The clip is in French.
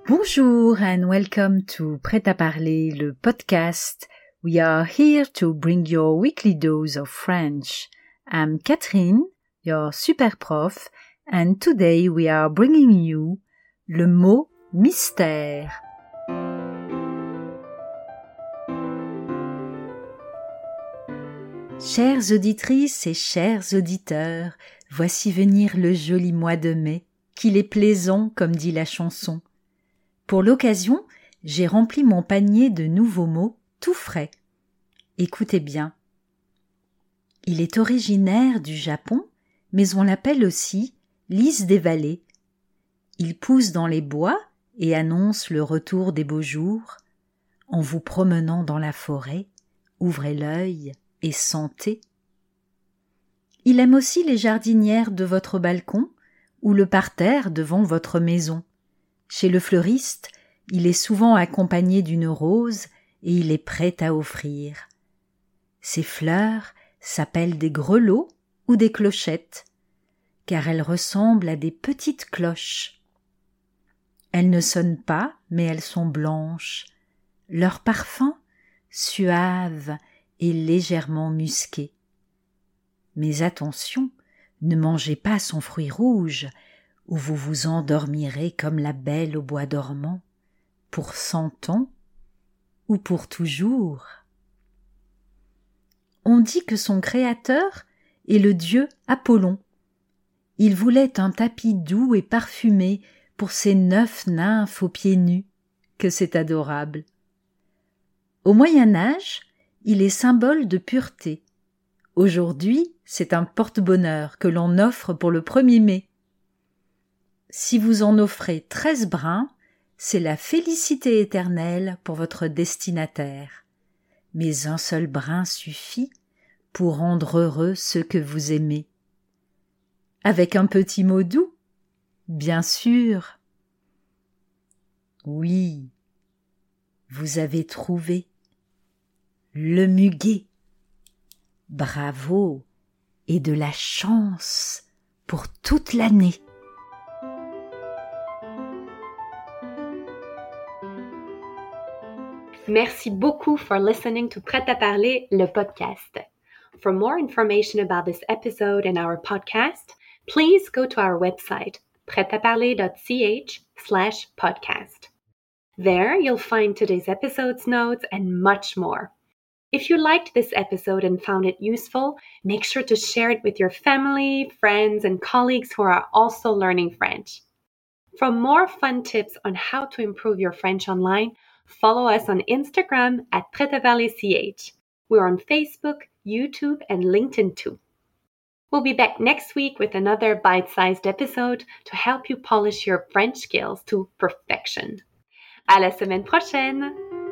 Bonjour and welcome to Prêt à parler, le podcast. We are here to bring your weekly dose of French. I'm Catherine, your super prof, and today we are bringing you le mot mystère. Chères auditrices et chers auditeurs, voici venir le joli mois de mai, qu'il est plaisant comme dit la chanson. Pour l'occasion, j'ai rempli mon panier de nouveaux mots tout frais. Écoutez bien. Il est originaire du Japon, mais on l'appelle aussi lys des vallées. Il pousse dans les bois et annonce le retour des beaux jours. En vous promenant dans la forêt, ouvrez l'œil et sentez. Il aime aussi les jardinières de votre balcon ou le parterre devant votre maison. Chez le fleuriste, il est souvent accompagné d'une rose et il est prêt à offrir. Ces fleurs s'appellent des grelots ou des clochettes, car elles ressemblent à des petites cloches. Elles ne sonnent pas, mais elles sont blanches. Leur parfum, suave et légèrement musqué. Mais attention, ne mangez pas son fruit rouge, où vous vous endormirez comme la belle au bois dormant, pour 100 ans ou pour toujours. On dit que son créateur est le dieu Apollon. Il voulait un tapis doux et parfumé pour ses 9 nymphes aux pieds nus, que c'est adorable. Au Moyen-Âge, il est symbole de pureté. Aujourd'hui, c'est un porte-bonheur que l'on offre pour le 1er mai. Si vous en offrez 13 brins, c'est la félicité éternelle pour votre destinataire. Mais un seul brin suffit pour rendre heureux ceux que vous aimez. Avec un petit mot doux, bien sûr. Oui, vous avez trouvé le muguet. Bravo et de la chance pour toute l'année. Merci beaucoup for listening to Prêt à parler, le podcast. For more information about this episode and our podcast, please go to our website, pretaparler.ch/podcast. There, you'll find today's episode's notes and much more. If you liked this episode and found it useful, make sure to share it with your family, friends, and colleagues who are also learning French. For more fun tips on how to improve your French online, follow us on Instagram at pretaparler.ch. We're on Facebook, YouTube, and LinkedIn too. We'll be back next week with another bite-sized episode to help you polish your French skills to perfection. À la semaine prochaine!